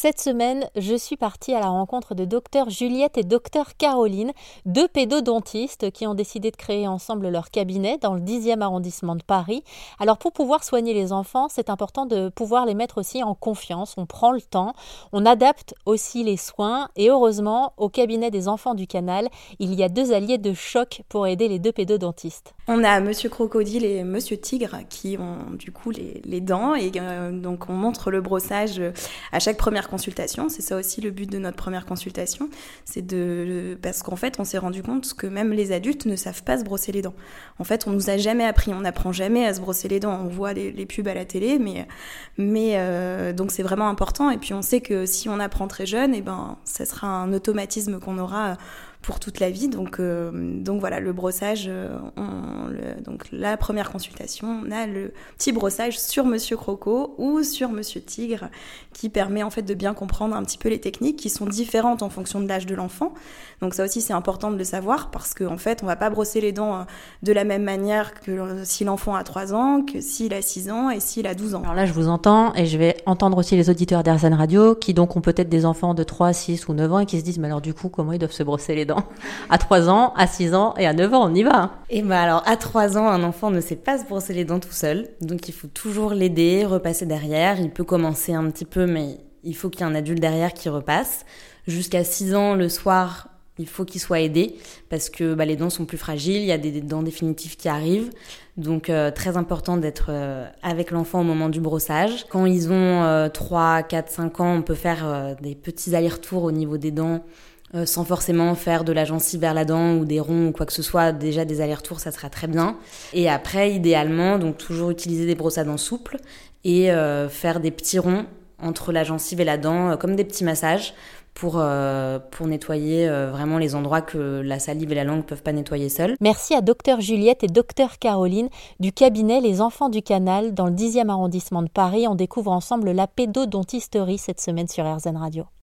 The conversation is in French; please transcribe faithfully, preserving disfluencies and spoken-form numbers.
Cette semaine, je suis partie à la rencontre de docteur Juliette et docteur Caroline, deux pédodontistes qui ont décidé de créer ensemble leur cabinet dans le dixième arrondissement de Paris. Alors pour pouvoir soigner les enfants, c'est important de pouvoir les mettre aussi en confiance. On prend le temps, on adapte aussi les soins et heureusement, au cabinet des enfants du Canal, il y a deux alliés de choc pour aider les deux pédodontistes. On a Monsieur Crocodile et Monsieur Tigre qui ont du coup les, les dents et euh, donc on montre le brossage à chaque première consultation. C'est ça aussi le but de notre première consultation, c'est de parce qu'en fait on s'est rendu compte que même les adultes ne savent pas se brosser les dents. En fait, on nous a jamais appris, on n'apprend jamais à se brosser les dents. On voit les, les pubs à la télé, mais mais euh, donc c'est vraiment important. Et puis on sait que si on apprend très jeune, et ben ça sera un automatisme qu'on aura pour toute la vie. Donc, euh, donc voilà, le brossage, on, le, donc la première consultation, on a le petit brossage sur Monsieur Croco ou sur Monsieur Tigre qui permet en fait de bien comprendre un petit peu les techniques qui sont différentes en fonction de l'âge de l'enfant. Donc ça aussi c'est important de le savoir parce qu'en fait on va pas brosser les dents de la même manière que si l'enfant a trois ans, que s'il a six ans et s'il a douze ans. Alors là je vous entends et je vais entendre aussi les auditeurs d'R Z N Radio qui donc ont peut-être des enfants de trois, six ou neuf ans et qui se disent mais alors du coup comment ils doivent se brosser les dents ? À trois ans, à six ans et à neuf ans, on y va. Et ben alors, à trois ans, un enfant ne sait pas se brosser les dents tout seul. Donc, il faut toujours l'aider, repasser derrière. Il peut commencer un petit peu, mais il faut qu'il y ait un adulte derrière qui repasse. Jusqu'à six ans, le soir, il faut qu'il soit aidé parce que bah, les dents sont plus fragiles. Il y a des dents définitives qui arrivent. Donc, euh, très important d'être euh, avec l'enfant au moment du brossage. Quand ils ont euh, trois, quatre, cinq ans, on peut faire euh, des petits allers-retours au niveau des dents. Euh, sans forcément faire de la gencive vers la dent ou des ronds ou quoi que ce soit, déjà des allers-retours, ça sera très bien. Et après, idéalement, donc toujours utiliser des brosses à dents souples et euh, faire des petits ronds entre la gencive et la dent, euh, comme des petits massages pour, euh, pour nettoyer euh, vraiment les endroits que la salive et la langue ne peuvent pas nettoyer seules. Merci à docteur Juliette et docteur Caroline du cabinet Les Enfants du Canal dans le dixième arrondissement de Paris. On découvre ensemble la pédodontisterie cette semaine sur R Z N Radio.